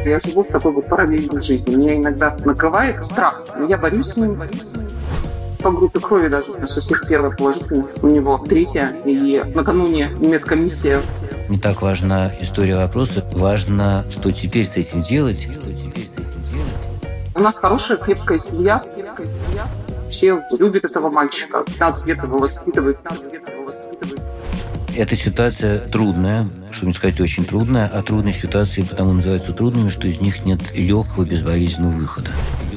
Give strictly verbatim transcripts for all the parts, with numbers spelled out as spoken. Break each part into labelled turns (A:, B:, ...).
A: я живу в такой вот параллельной жизни. Меня иногда накрывает страх, но я борюсь с ним. По группе крови даже. У нас у всех первая положительная, у него третья, и накануне медкомиссия.
B: Не так важна история вопроса, важно, что теперь с этим делать.
A: У нас хорошая, крепкая семья. Все любят этого мальчика. пятнадцать лет его воспитывают.
B: Эта ситуация трудная, что не сказать, очень трудная, а трудные ситуации потому называются трудными, что из них нет легкого, безболезненного выхода.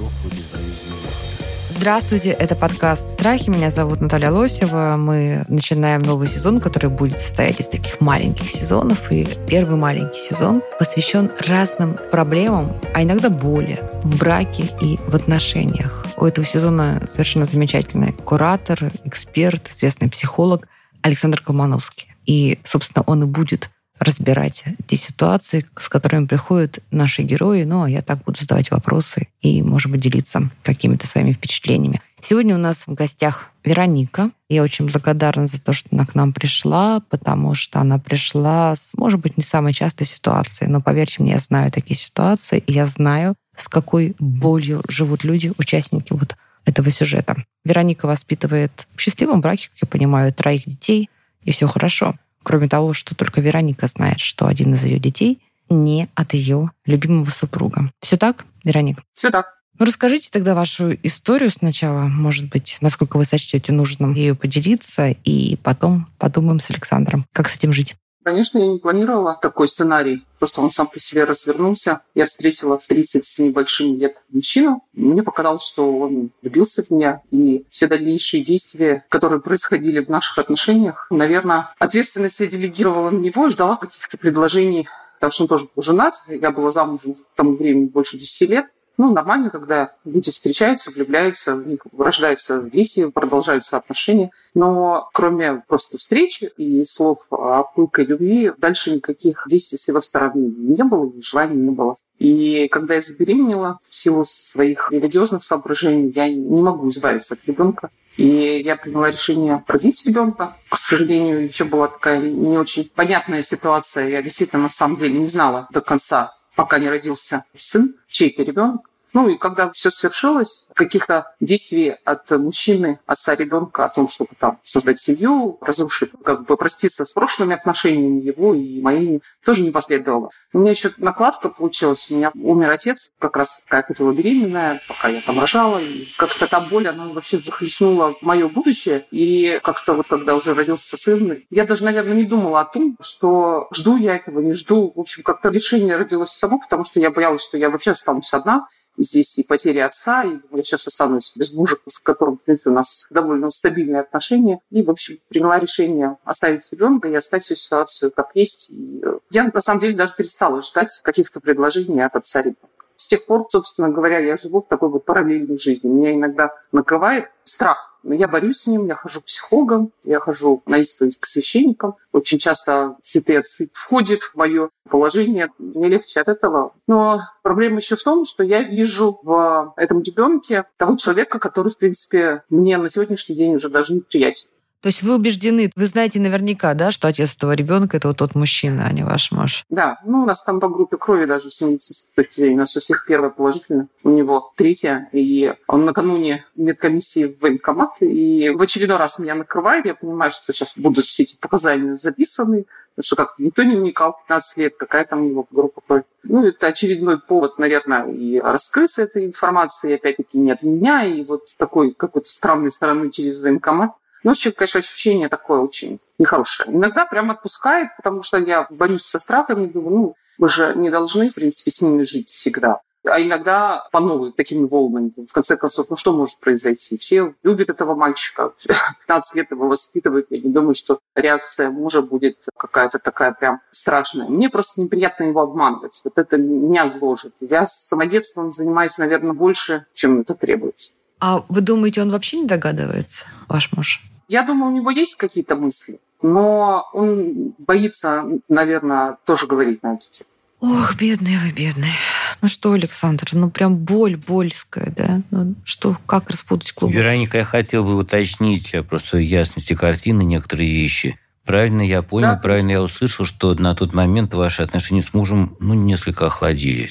C: Здравствуйте, это подкаст «Страхи». Меня зовут Наталья Лосева. Мы начинаем новый сезон, который будет состоять из таких маленьких сезонов. И первый маленький сезон посвящен разным проблемам, а иногда боли в браке и в отношениях. У этого сезона совершенно замечательный куратор, эксперт, известный психолог Александр Колмановский. И, собственно, он и будет разбирать те ситуации, с которыми приходят наши герои. Ну, а я так буду задавать вопросы и, может быть, делиться какими-то своими впечатлениями. Сегодня у нас в гостях Вероника. Я очень благодарна за то, что она к нам пришла, потому что она пришла с, может быть, не самой частой ситуацией, но, поверьте мне, я знаю такие ситуации, и я знаю, с какой болью живут люди, участники вот этого сюжета. Вероника воспитывает в счастливом браке, как я понимаю, троих детей, и все хорошо. Кроме того, что только Вероника знает, что один из ее детей не от ее любимого супруга. Все так, Вероника?
A: Все так.
C: Ну, расскажите тогда вашу историю сначала, может быть, насколько вы сочтете нужным ее поделиться, и потом подумаем с Александром, как с этим жить.
A: Конечно, я не планировала такой сценарий. Просто он сам по себе развернулся. Я встретила в тридцать с небольшим лет мужчину. Мне показалось, что он влюбился в меня. И все дальнейшие действия, которые происходили в наших отношениях, наверное, ответственность я делегировала на него и ждала каких-то предложений. Потому что он тоже был женат. Я была замужем к тому времени больше десяти лет. Ну, нормально, когда люди встречаются, влюбляются, у них рождаются дети, продолжаются отношения. Но кроме просто встречи и слов о пылкой любви, дальше никаких действий с его стороны не было, и желаний не было. И когда я забеременела, в силу своих религиозных соображений, я не могу избавиться от ребенка. И я приняла решение родить ребенка. К сожалению, еще была такая не очень понятная ситуация. Я действительно, на самом деле, не знала до конца, пока не родился сын, чей-то ребенок. Ну и когда все свершилось, каких-то действий от мужчины, отца ребенка, о том, чтобы там создать семью, разрушить, как бы проститься с прошлыми отношениями его и моими, тоже не последовало. У меня еще накладка получилась. У меня умер отец, как раз когда я ходила беременная, пока я там рожала. И как-то та боль, она вообще захлестнула мое будущее. И как-то вот когда уже родился сын, я даже, наверное, не думала о том, что жду я этого, не жду. В общем, как-то решение родилось само, потому что я боялась, что я вообще останусь одна. Здесь и потеря отца, и я сейчас останусь без мужа, с которым, в принципе, у нас довольно стабильные отношения. И, в общем, приняла решение оставить ребенка и оставить всю ситуацию как есть. И я, на самом деле, даже перестала ждать каких-то предложений от отца ребенка. С тех пор, собственно говоря, я живу в такой вот параллельной жизни. Меня иногда накрывает страх. Но я борюсь с ним, я хожу к психологам, я хожу на исповедь к священникам. Очень часто святые отцы входят в мое положение. Мне легче от этого. Но проблема еще в том, что я вижу в этом ребенке того человека, который, в принципе, мне на сегодняшний день уже даже неприятен.
C: То есть вы убеждены, вы знаете наверняка, да, что отец этого ребенка это вот тот мужчина, а не ваш муж?
A: Да, ну у нас там по группе крови даже с медицинской точки зрения, у нас у всех первая положительная, у него третья, и он накануне медкомиссии в военкомат, и в очередной раз меня накрывает, я понимаю, что сейчас будут все эти показания записаны, потому что как-то никто не вникал, пятнадцать лет, какая там у него группа крови. Ну, это очередной повод, наверное, и раскрыться этой информацией, опять-таки, не от меня, и вот с такой какой-то странной стороны через военкомат. Ну, вообще, конечно, ощущение такое очень нехорошее. Иногда прям отпускает, потому что я борюсь со страхами, думаю, ну, мы же не должны, в принципе, с ними жить всегда. А иногда по новой, такими волнами. В конце концов, ну что может произойти? Все любят этого мальчика, пятнадцать лет его воспитывают. Я не думаю, что реакция мужа будет какая-то такая прям страшная. Мне просто неприятно его обманывать. Вот это меня гложет. Я самодетством занимаюсь, наверное, больше, чем это требуется.
C: А вы думаете, он вообще не догадывается, ваш муж?
A: Я думаю, у него есть какие-то мысли, но он боится, наверное, тоже говорить на эту тему.
C: Ох, бедный вы, бедный. Ну что, Александр, ну прям боль больская, да? Ну что, как распутать клубок?
B: Вероника, я хотел бы уточнить для просто ясности картины некоторые вещи. Правильно я понял, да, правильно я услышал, что на тот момент ваши отношения с мужем ну, несколько охладились.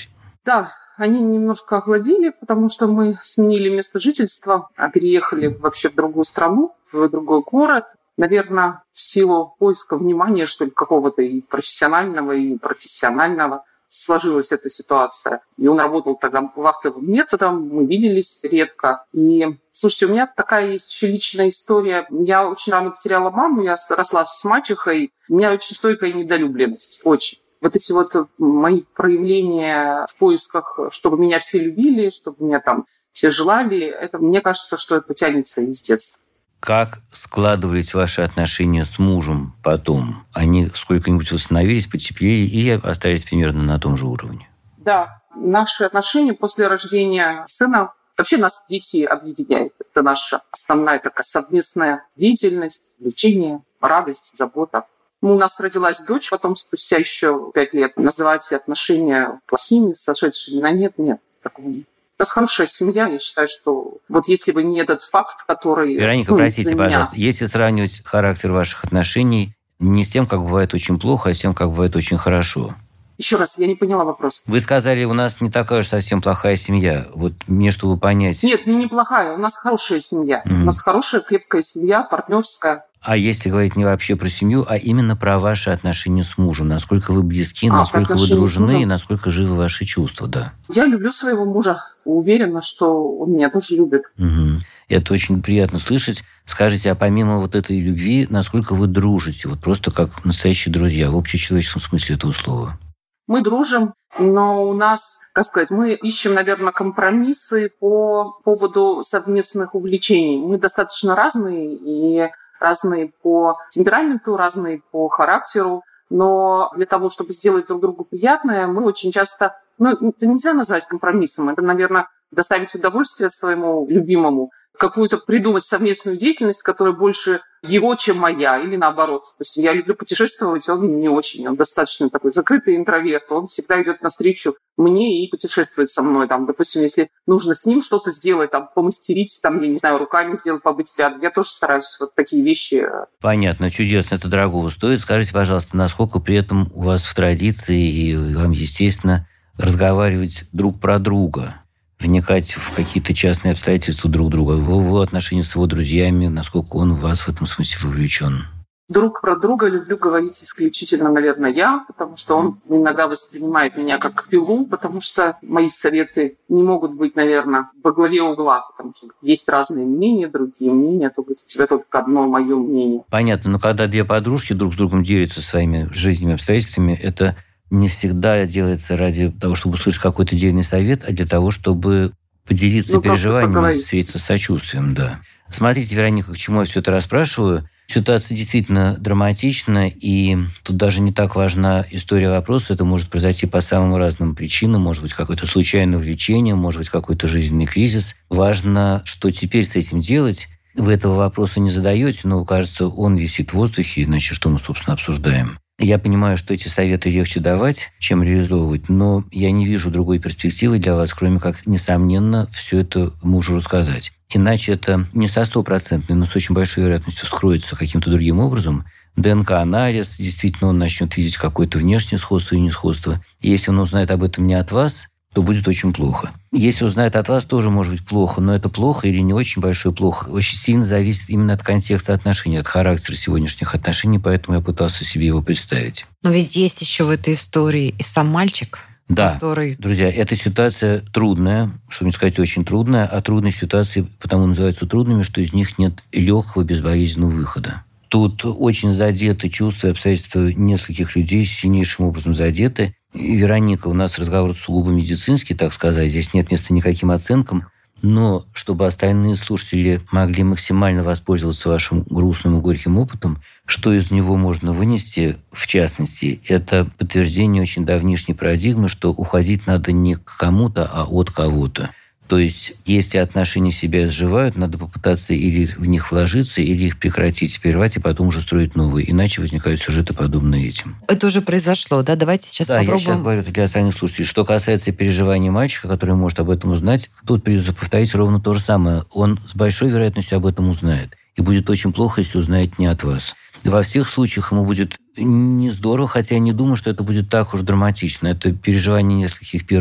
A: Да, они немножко охладили, потому что мы сменили место жительства, а переехали вообще в другую страну, в другой город. Наверное, в силу поиска внимания, что ли, какого-то и профессионального, и непрофессионального сложилась эта ситуация. И он работал тогда вахтовым методом, мы виделись редко. И, слушайте, у меня такая есть еще личная история. Я очень рано потеряла маму, я росла с мачехой. У меня очень стойкая недолюбленность, очень. Вот эти вот мои проявления в поисках, чтобы меня все любили, чтобы меня там все желали, это, мне кажется, что это тянется из детства.
B: Как складывались ваши отношения с мужем потом? Они сколько-нибудь восстановились, потеплели или остались примерно на том же уровне?
A: Да, наши отношения после рождения сына, вообще нас дети объединяют. Это наша основная такая совместная деятельность, влечение, радость, забота. У нас родилась дочь, потом спустя еще пять лет. Называть отношения плохими, сошедшими на нет, нет, такого нет. У нас хорошая семья, я считаю, что вот если бы не этот факт, который...
B: Вероника,
A: ну,
B: простите,
A: меня...
B: пожалуйста, если сравнивать характер ваших отношений не с тем, как бывает очень плохо, а с тем, как бывает очень хорошо.
A: Еще раз, я не поняла вопрос.
B: Вы сказали, у нас не такая уж совсем плохая семья. Вот мне, чтобы понять...
A: Нет, не неплохая, у нас хорошая семья. Mm-hmm. У нас хорошая, крепкая семья, партнерская.
B: А если говорить не вообще про семью, а именно про ваши отношения с мужем, насколько вы близки, а, насколько вы дружны и насколько живы ваши чувства, да?
A: Я люблю своего мужа, уверена, что он меня тоже любит.
B: Угу. Это очень приятно слышать. Скажите, а помимо вот этой любви, насколько вы дружите? Вот просто как настоящие друзья, в общечеловеческом смысле этого слова.
A: Мы дружим, но у нас, как сказать, мы ищем, наверное, компромиссы по поводу совместных увлечений. Мы достаточно разные и... разные по темпераменту, разные по характеру, но для того, чтобы сделать друг другу приятное, мы очень часто... Ну, это нельзя назвать компромиссом, это, наверное, доставить удовольствие своему любимому, какую-то придумать совместную деятельность, которая больше его, чем моя, или наоборот. То есть я люблю путешествовать, он не очень, он достаточно такой закрытый интроверт, он всегда идет навстречу мне и путешествует со мной. Там, допустим, если нужно с ним что-то сделать, там, помастерить, там, я не знаю, руками сделать, побыть рядом, я тоже стараюсь вот такие вещи.
B: Понятно, чудесно, это дорогого стоит. Скажите, пожалуйста, насколько при этом у вас в традиции, и вам, естественно, разговаривать друг про друга, вникать в какие-то частные обстоятельства друг друга, в его отношения с его друзьями, насколько он в вас в этом смысле вовлечен?
A: Друг про друга люблю говорить исключительно, наверное, я, потому что он иногда воспринимает меня как пилу, потому что мои советы не могут быть, наверное, во главе угла, потому что есть разные мнения, другие мнения, только у тебя только одно мое мнение.
B: Понятно, но когда две подружки друг с другом делятся своими жизненными обстоятельствами, это не всегда делается ради того, чтобы услышать какой-то дельный совет, а для того, чтобы поделиться ну, переживаниями, встретиться с сочувствием, да. Смотрите, Вероника, к чему я все это расспрашиваю. Ситуация действительно драматична, и тут даже не так важна история вопроса. Это может произойти по самым разным причинам. Может быть, какое-то случайное увлечение, может быть, какой-то жизненный кризис. Важно, что теперь с этим делать. Вы этого вопроса не задаете, но, кажется, он висит в воздухе, иначе что мы, собственно, обсуждаем. Я понимаю, что эти советы легче давать, чем реализовывать, но я не вижу другой перспективы для вас, кроме как, несомненно, все это мужу рассказать. Иначе это не со стопроцентной, но с очень большой вероятностью вскроется каким-то другим образом. ДНК-анализ, действительно, он начнет видеть какое-то внешнее сходство и несходство. И если он узнает об этом не от вас, то будет очень плохо. Если узнает от вас, тоже может быть плохо, но это плохо или не очень большое плохо очень сильно зависит именно от контекста отношений, от характера сегодняшних отношений, поэтому я пытался себе его представить.
C: Но ведь есть еще в этой истории и сам мальчик,
B: да,
C: который...
B: друзья, эта ситуация трудная, чтобы не сказать очень трудная, а трудные ситуации потому называются трудными, что из них нет легкого безболезненного выхода. Тут очень задеты чувства и обстоятельства нескольких людей, сильнейшим образом задеты. И, Вероника, у нас разговор сугубо медицинский, так сказать, здесь нет места никаким оценкам, но чтобы остальные слушатели могли максимально воспользоваться вашим грустным и горьким опытом, что из него можно вынести, в частности, это подтверждение очень давнишней парадигмы, что уходить надо не к кому-то, а от кого-то. То есть, если отношения себя изживают, надо попытаться или в них вложиться, или их прекратить, прервать, и потом уже строить новые. Иначе возникают сюжеты, подобные этим.
C: Это уже произошло, да? Давайте сейчас
B: да,
C: попробуем.
B: Да, я сейчас говорю для остальных слушателей. Что касается переживаний мальчика, который может об этом узнать, тут придется повторить ровно то же самое. Он с большой вероятностью об этом узнает. И будет очень плохо, если узнает не от вас. Во всех случаях ему будет не здорово, хотя я не думаю, что это будет так уж драматично. Это переживание нескольких первых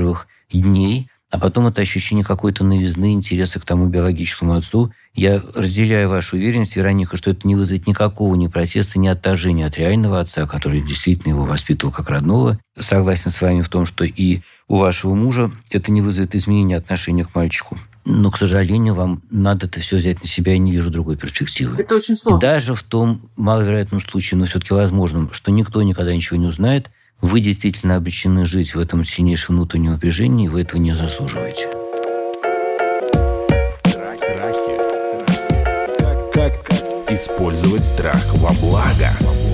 B: дней, а потом это ощущение какой-то новизны, интереса к тому биологическому отцу. Я разделяю вашу уверенность, Вероника, что это не вызовет никакого ни протеста, ни отторжения от реального отца, который действительно его воспитывал как родного. Согласен с вами в том, что и у вашего мужа это не вызовет изменения отношения к мальчику. Но, к сожалению, вам надо это все взять на себя, и не вижу другой перспективы.
A: Это очень сложно.
B: Даже в том маловероятном случае, но все-таки возможном, что никто никогда ничего не узнает, вы действительно обречены жить в этом сильнейшем внутреннем напряжении, и вы этого не заслуживаете.
D: Как использовать страх во благо?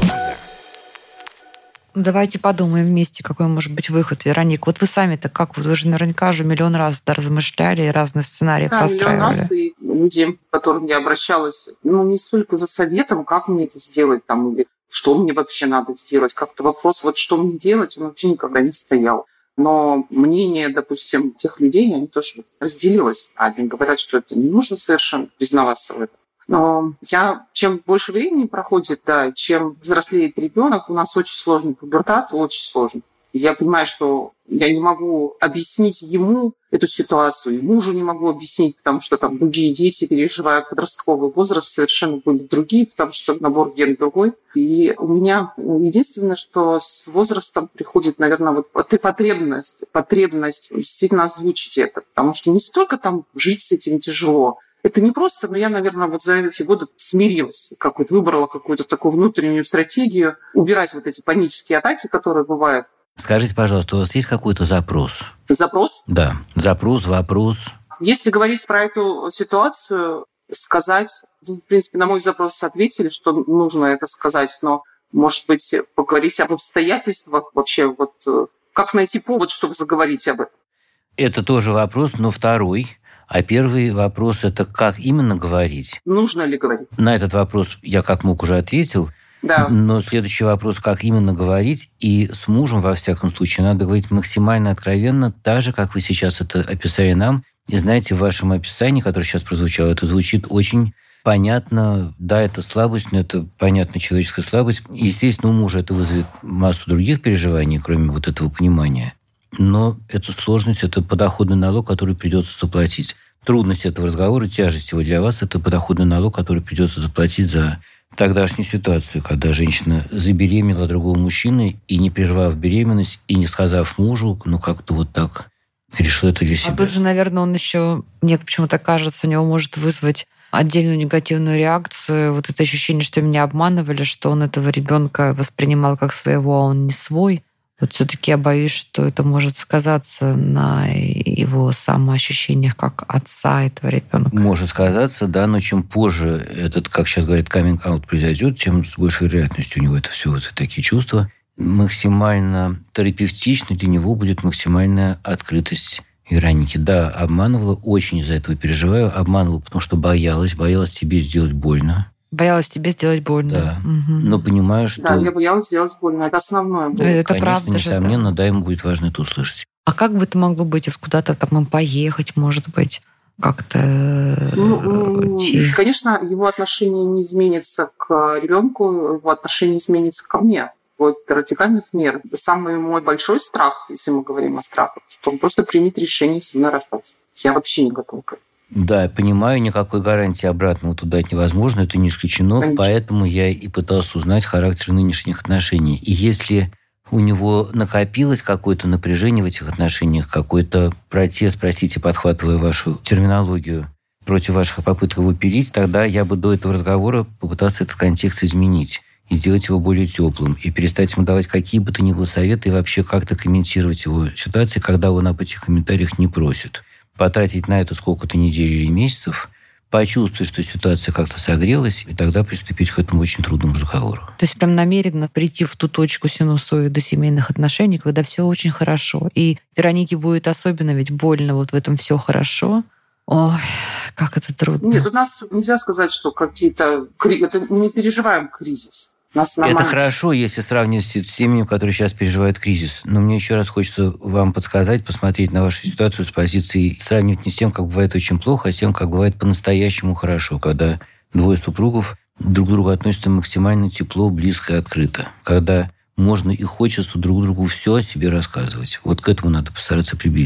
C: Давайте подумаем вместе, какой может быть выход. Вероника, вот вы сами-то как? Вы же наверняка же миллион раз да, размышляли и разные сценарии
A: да,
C: простраивали.
A: Миллион раз, и люди, к которым я обращалась, ну, не столько за советом, как мне это сделать, там, или что мне вообще надо сделать. Как-то вопрос, вот что мне делать, он вообще никогда не стоял. Но мнение, допустим, тех людей, они тоже разделилось. Одни говорят, что это не нужно совершенно признаваться в этом. Но я, чем больше времени проходит, да, чем взрослеет ребенок, у нас очень сложный пубертат, очень сложный. Я понимаю, что я не могу объяснить ему эту ситуацию, и мужу не могу объяснить, потому что там другие дети, переживая подростковый возраст, совершенно были другие, потому что набор ген другой. И у меня единственное, что с возрастом приходит, наверное, вот эта потребность, потребность действительно озвучить это, потому что не столько там жить с этим тяжело. Это не просто, но я, наверное, вот за эти годы смирилась, какую-то, выбрала какую-то такую внутреннюю стратегию, убирать вот эти панические атаки, которые бывают.
B: Скажите, пожалуйста, у вас есть какой-то запрос?
A: Запрос?
B: Да. Запрос, вопрос.
A: Если говорить про эту ситуацию, сказать, вы, в принципе, на мой запрос ответили, что нужно это сказать, но, может быть, поговорить об обстоятельствах вообще, вот как найти повод, чтобы заговорить об этом?
B: Это тоже вопрос, но второй. А первый вопрос – это как именно говорить?
A: Нужно ли говорить?
B: На этот вопрос я как мог уже ответил.
A: Да.
B: Но следующий вопрос, как именно говорить, и с мужем, во всяком случае, надо говорить максимально откровенно, так же, как вы сейчас это описали нам. И знаете, в вашем описании, которое сейчас прозвучало, это звучит очень понятно. Да, это слабость, но это понятная человеческая слабость. Естественно, у мужа это вызовет массу других переживаний, кроме вот этого понимания. Но эту сложность – это подоходный налог, который придется заплатить. Трудность этого разговора, тяжесть его для вас – это подоходный налог, который придется заплатить за тогдашнюю ситуацию, когда женщина забеременела другого мужчины и, не прервав беременность, и не сказав мужу, ну как-то вот так решила это для себя.
C: А тут же, наверное, он еще, мне почему-то кажется, у него может вызвать отдельную негативную реакцию. Вот это ощущение, что меня обманывали, что он этого ребенка воспринимал как своего, а он не свой. Вот все-таки я боюсь, что это может сказаться на его самоощущениях как отца этого ребенка.
B: Может сказаться, да, но чем позже этот, как сейчас говорят, каминг-аут произойдет, тем с большей вероятностью у него это все вызовет такие чувства. Максимально терапевтично для него будет максимальная открытость Вероники. Да, обманывала, очень из-за этого переживаю. Обманывала, потому что боялась, боялась тебе сделать больно.
C: Боялась тебе сделать больно.
B: Да.
C: Угу.
B: Но понимаю, что...
A: Да, я боялась сделать больно. Это основное было.
C: Это
B: Конечно,
C: правда
B: несомненно,
C: же, да.
B: да, ему будет важно это услышать.
C: А как бы это могло быть? Куда-то там им поехать, может быть, как-то...
A: Ну, конечно, его отношение не изменится к ребенку, его отношение изменится ко мне. Вот радикальных мер. Самый мой большой страх, если мы говорим о страхе, что он просто примет решение со мной расстаться. Я вообще не готова к этому.
B: Да, я понимаю, никакой гарантии обратного туда дать невозможно, это не исключено, Конечно. Поэтому я и пытался узнать характер нынешних отношений. И если у него накопилось какое-то напряжение в этих отношениях, какой-то протест, простите, подхватывая вашу терминологию, против ваших попыток его пилить, тогда я бы до этого разговора попытался этот контекст изменить и сделать его более теплым, и перестать ему давать какие бы то ни было советы, и вообще как-то комментировать его ситуации, когда он об этих комментариях не просит. Потратить на это сколько-то недель или месяцев, почувствовать, что ситуация как-то согрелась, и тогда приступить к этому очень трудному разговору.
C: То есть прям намеренно прийти в ту точку синусоида семейных отношений, когда все очень хорошо. И Веронике будет особенно ведь больно вот в этом все хорошо. Ой, как это трудно.
A: Нет, у нас нельзя сказать, что какие-то... Это мы не переживаем кризис.
B: Это хорошо, если сравнивать с семьями, которые сейчас переживают кризис. Но мне еще раз хочется вам подсказать, посмотреть на вашу ситуацию с позиции, сравнивать не с тем, как бывает очень плохо, а с тем, как бывает по-настоящему хорошо, когда двое супругов друг к другу относятся максимально тепло, близко и открыто. Когда можно и хочется друг другу все о себе рассказывать. Вот к этому надо постараться приблизиться.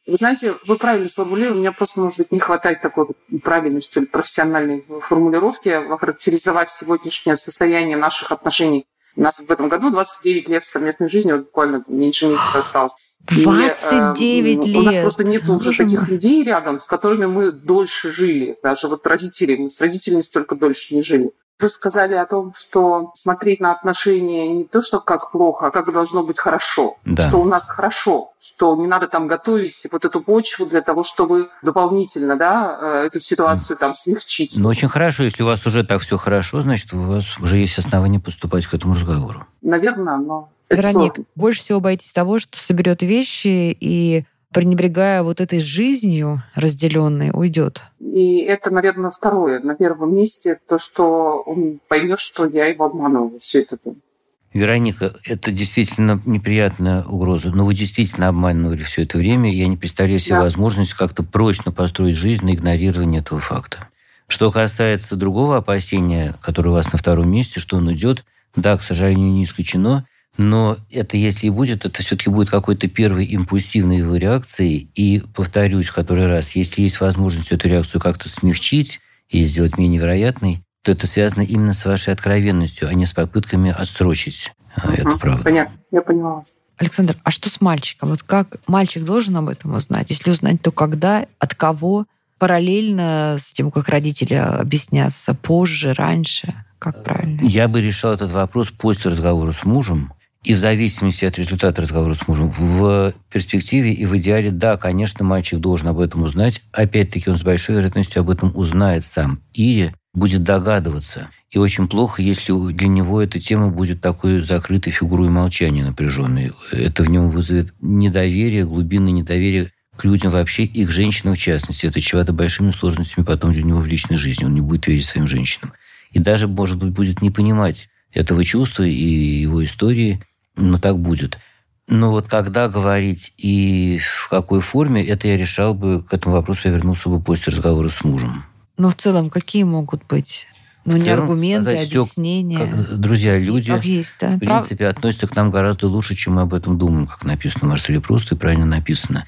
A: Вы знаете, вы правильно сформулировали, у меня просто, может быть, не хватает такой правильной, что ли, профессиональной формулировки охарактеризовать сегодняшнее состояние наших отношений. У нас в этом году двадцать девять лет совместной жизни, вот буквально меньше месяца осталось.
C: двадцать девять
A: и,
C: лет!
A: У нас просто нет уже таких людей рядом, с которыми мы дольше жили. Даже вот родители, мы с родителями столько дольше не жили. Вы сказали о том, что смотреть на отношения не то, что как плохо, а как должно быть хорошо.
B: Да.
A: Что у нас хорошо, что не надо там готовить вот эту почву для того, чтобы дополнительно, да, эту ситуацию там смягчить.
B: Но очень хорошо, если у вас уже так все хорошо, значит, у вас уже есть основания поступать к этому разговору.
A: Наверное, но...
C: Вероник, больше всего боитесь того, что соберет вещи и, пренебрегая вот этой жизнью разделенной, уйдет.
A: И это, наверное, второе. На первом месте то, что он поймет, что я его обманываю все это.
B: Вероника, это действительно неприятная угроза. Но вы действительно обманывали все это время. Я не представляю себе да. возможность как-то прочно построить жизнь на игнорировании этого факта. Что касается другого опасения, которое у вас на втором месте, что он уйдет, да, к сожалению, не исключено. Но это, если и будет, это все-таки будет какой-то первой импульсивной его реакцией. И, повторюсь в который раз, если есть возможность эту реакцию как-то смягчить и сделать менее вероятной, то это связано именно с вашей откровенностью, а не с попытками отсрочить. Uh-huh. Это правда.
A: Понятно, я поняла вас.
C: Александр, а что с мальчиком? Вот как мальчик должен об этом узнать? Если узнать, то когда, от кого? Параллельно с тем, как родители объяснятся, позже, раньше? Как правильно?
B: Я бы решал этот вопрос после разговора с мужем. И в зависимости от результата разговора с мужем, в перспективе и в идеале, да, конечно, мальчик должен об этом узнать. Опять-таки, он с большой вероятностью об этом узнает сам. Или будет догадываться. И очень плохо, если для него эта тема будет такой закрытой фигурой молчания напряженной. Это в нем вызовет недоверие, глубинное недоверие к людям вообще, и к женщинам в частности. Это чревато большими сложностями потом для него в личной жизни. Он не будет верить своим женщинам. И даже, может быть, будет не понимать этого чувства и его истории, но так будет. Но вот когда говорить и в какой форме, это я решал бы, к этому вопросу я вернулся бы после разговора с мужем.
C: Но в целом какие могут быть? Ну, не целом, аргументы, сказать, объяснения.
B: Как, друзья, люди,
C: как есть, да?
B: в принципе, Прав... относятся к нам гораздо лучше, чем мы об этом думаем, как написано в Марселе Прусте, и правильно написано.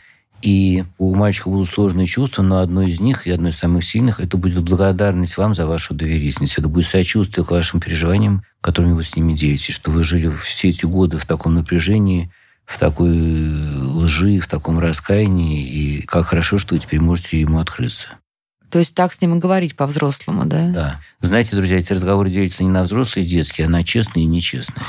B: И у мальчика будут сложные чувства, но одно из них, и одно из самых сильных, это будет благодарность вам за вашу доверительность. Это будет сочувствие к вашим переживаниям, которыми вы с ними делитесь, что вы жили все эти годы в таком напряжении, в такой лжи, в таком раскаянии, и как хорошо, что вы теперь можете ему открыться.
C: То есть так с ним и говорить по-взрослому, да?
B: Да. Знаете, друзья, эти разговоры делятся не на взрослые и детские, а на честные и нечестные.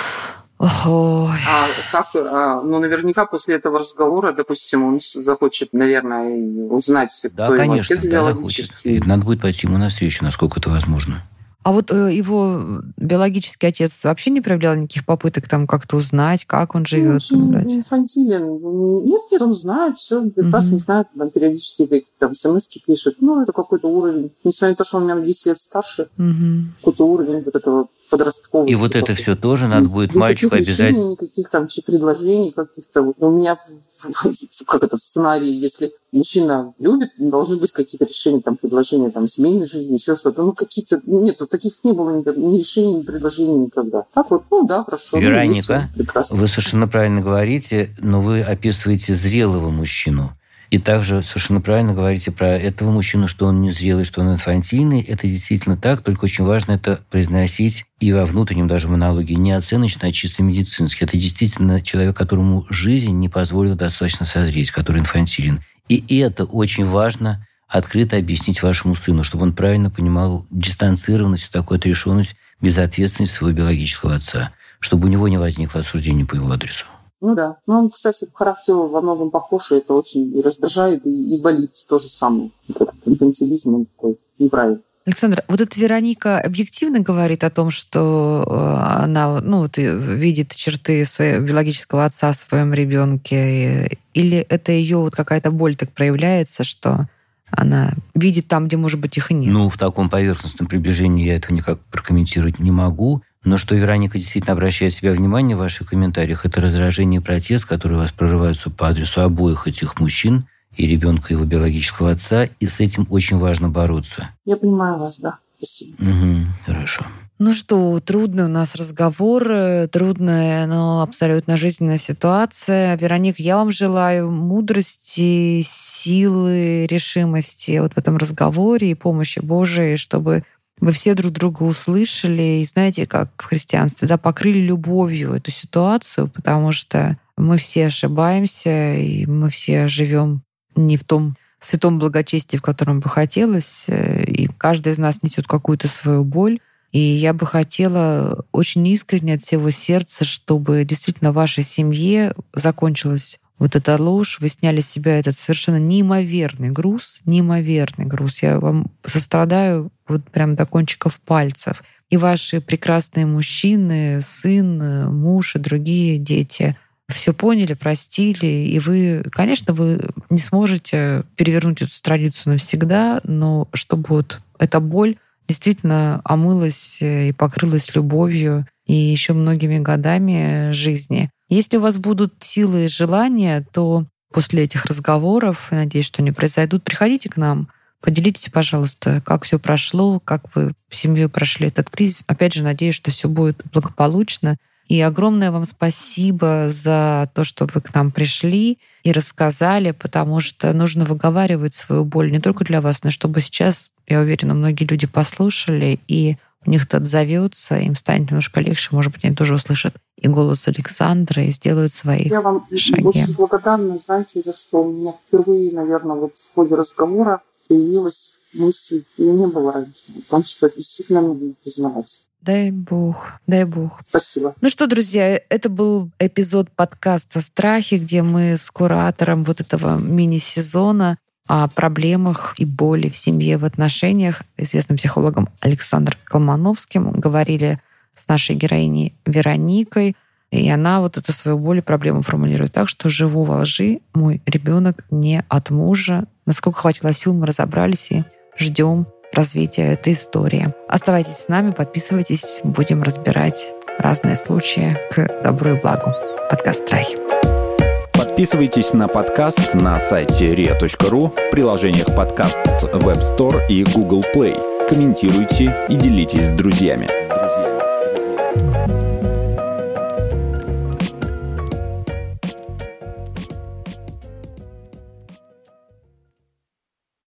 C: Ой.
A: А как, а, ну, наверняка после этого разговора, допустим, он захочет, наверное, узнать,
B: да,
A: кто
B: конечно,
A: его отец биологический.
B: Да, надо будет пойти ему навстречу, насколько это возможно.
C: А вот э, его биологический отец вообще не проявлял никаких попыток там как-то узнать, как он живет?
A: Ну, очень инфантилен. Нет, нет, он знает, все прекрасно угу. знает, там периодически какие-то там смс-ки пишет. Ну, это какой-то уровень. Несмотря на то, что он у меня на десять лет старше, угу. какой-то уровень вот этого подростковости.
B: И вот это все тоже надо будет ну, мальчику обязательно...
A: Решений, никаких там предложений каких-то. Вот. У меня в, как это, в сценарии, если мужчина любит, должны быть какие-то решения, там, предложения там, семейной жизни, еще что-то. Ну, какие-то... Нет, вот таких не было никогда. Ни решений, ни предложений никогда. Так вот, ну да, хорошо.
B: Вероника,
A: ну, есть,
B: вы совершенно правильно говорите, но вы описываете зрелого мужчину. И также совершенно правильно говорите про этого мужчину, что он незрелый, что он инфантильный. Это действительно так, только очень важно это произносить и во внутреннем даже монологе не оценочно, а чисто медицински. Это действительно человек, которому жизнь не позволила достаточно созреть, который инфантилен. И это очень важно открыто объяснить вашему сыну, чтобы он правильно понимал дистанцированность, такую отрешенность, безответственность своего биологического отца, чтобы у него не возникло осуждения по его адресу.
A: Ну да. Ну, он, кстати, по характеру во многом похож, и это очень и раздражает, и, и болит то же самое. Этот инфантилизм, он такой неправильный.
C: Александр, вот эта Вероника объективно говорит о том, что она ну, вот, видит черты своего биологического отца в своем ребенке, или это ее вот какая-то боль так проявляется, что она видит там, где, может быть, их и нет?
B: Ну, в таком поверхностном приближении я этого никак прокомментировать не могу. Но что Вероника действительно обращает себя внимание в ваших комментариях, это раздражение и протест, которые у вас прорываются по адресу обоих этих мужчин, и ребенка его биологического отца, и с этим очень важно бороться.
A: Я понимаю вас, да. Спасибо.
B: Угу, хорошо.
C: Ну что, трудный у нас разговор, трудная, но абсолютно жизненная ситуация. Вероника, я вам желаю мудрости, силы, решимости вот в этом разговоре и помощи Божией, чтобы вы все друг друга услышали и, знаете, как в христианстве, да, покрыли любовью эту ситуацию, потому что мы все ошибаемся, и мы все живем не в том святом благочестии, в котором бы хотелось, и каждый из нас несет какую-то свою боль. И я бы хотела очень искренне от всего сердца, чтобы действительно в вашей семье закончилась вот эта ложь, вы сняли с себя этот совершенно неимоверный груз, неимоверный груз. Я вам сострадаю вот прям до кончиков пальцев. И ваши прекрасные мужчины, сын, муж и другие дети все поняли, простили, и вы, конечно, вы не сможете перевернуть эту страницу навсегда, но чтобы вот эта боль действительно омылась и покрылась любовью и еще многими годами жизни. Если у вас будут силы и желания, то после этих разговоров, я надеюсь, что они произойдут, приходите к нам, поделитесь, пожалуйста, как все прошло, как вы в семье прошли этот кризис. Опять же, надеюсь, что все будет благополучно. И огромное вам спасибо за то, что вы к нам пришли и рассказали, потому что нужно выговаривать свою боль не только для вас, но чтобы сейчас, я уверена, многие люди послушали, и у них это отзовется, им станет немножко легче, может быть, они тоже услышат и голос Александра, и сделают свои шаги.
A: Я вам очень благодарна, знаете, за что у меня впервые, наверное, вот в ходе разговора появилась мысль, ее не было раньше, потому что действительно нужно признаваться.
C: Дай Бог, дай Бог.
A: Спасибо.
C: Ну что, друзья, это был эпизод подкаста «Страхи», где мы с куратором вот этого мини-сезона о проблемах и боли в семье, в отношениях, известным психологом Александром Колмановским, говорили с нашей героиней Вероникой. И она вот эту свою боль и проблему формулирует так, что «живу во лжи, мой ребенок не от мужа». Насколько хватило сил, мы разобрались и ждем развития этой истории. Оставайтесь с нами, подписывайтесь, будем разбирать разные случаи к добру и благу. Подкаст «Страхи».
D: Подписывайтесь на подкаст на сайте риа точка ру, в приложениях подкаст с Web Store и Google Play. Комментируйте и делитесь с друзьями.